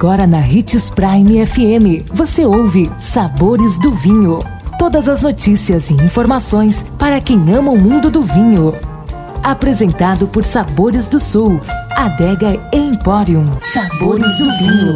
Agora na Hits Prime FM, você ouve Sabores do Vinho. Todas as notícias e informações para quem ama o mundo do vinho. Apresentado por Sabores do Sul, Adega Emporium. Sabores do Vinho.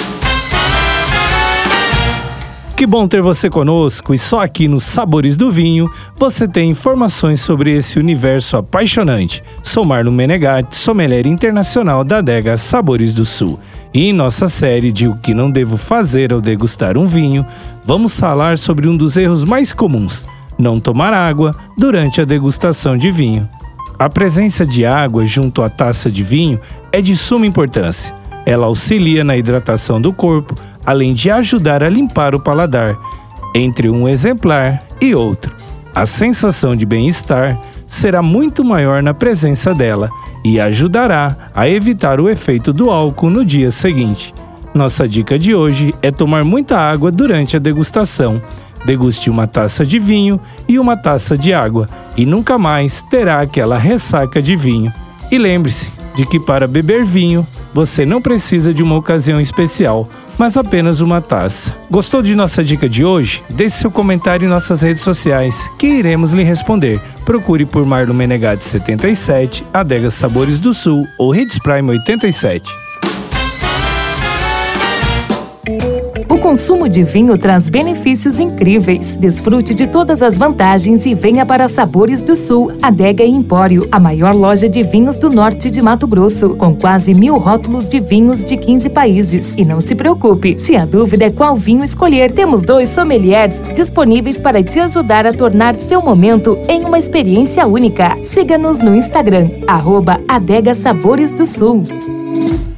Que bom ter você conosco, e só aqui no Sabores do Vinho você tem informações sobre esse universo apaixonante. Sou Marlon Menegatti, sommelier internacional da Adega Sabores do Sul. E em nossa série de O que não devo fazer ao degustar um vinho, vamos falar sobre um dos erros mais comuns: não tomar água durante a degustação de vinho. A presença de água junto à taça de vinho é de suma importância. Ela auxilia na hidratação do corpo, além de ajudar a limpar o paladar. Entre um exemplar e outro, a sensação de bem-estar será muito maior na presença dela e ajudará a evitar o efeito do álcool no dia seguinte. Nossa dica de hoje é tomar muita água durante a degustação. Deguste uma taça de vinho e uma taça de água e nunca mais terá aquela ressaca de vinho. E lembre-se de que para beber vinho, você não precisa de uma ocasião especial, mas apenas uma taça. Gostou de nossa dica de hoje? Deixe seu comentário em nossas redes sociais, que iremos lhe responder. Procure por Marlon Menegatti 77, Adega Sabores do Sul ou Hits Prime 87. O consumo de vinho traz benefícios incríveis. Desfrute de todas as vantagens e venha para Sabores do Sul, Adega Empório, a maior loja de vinhos do norte de Mato Grosso, com quase 1000 rótulos de vinhos de 15 países. E não se preocupe, se a dúvida é qual vinho escolher, temos 2 sommeliers disponíveis para te ajudar a tornar seu momento em uma experiência única. Siga-nos no Instagram, @Adega Sabores do Sul.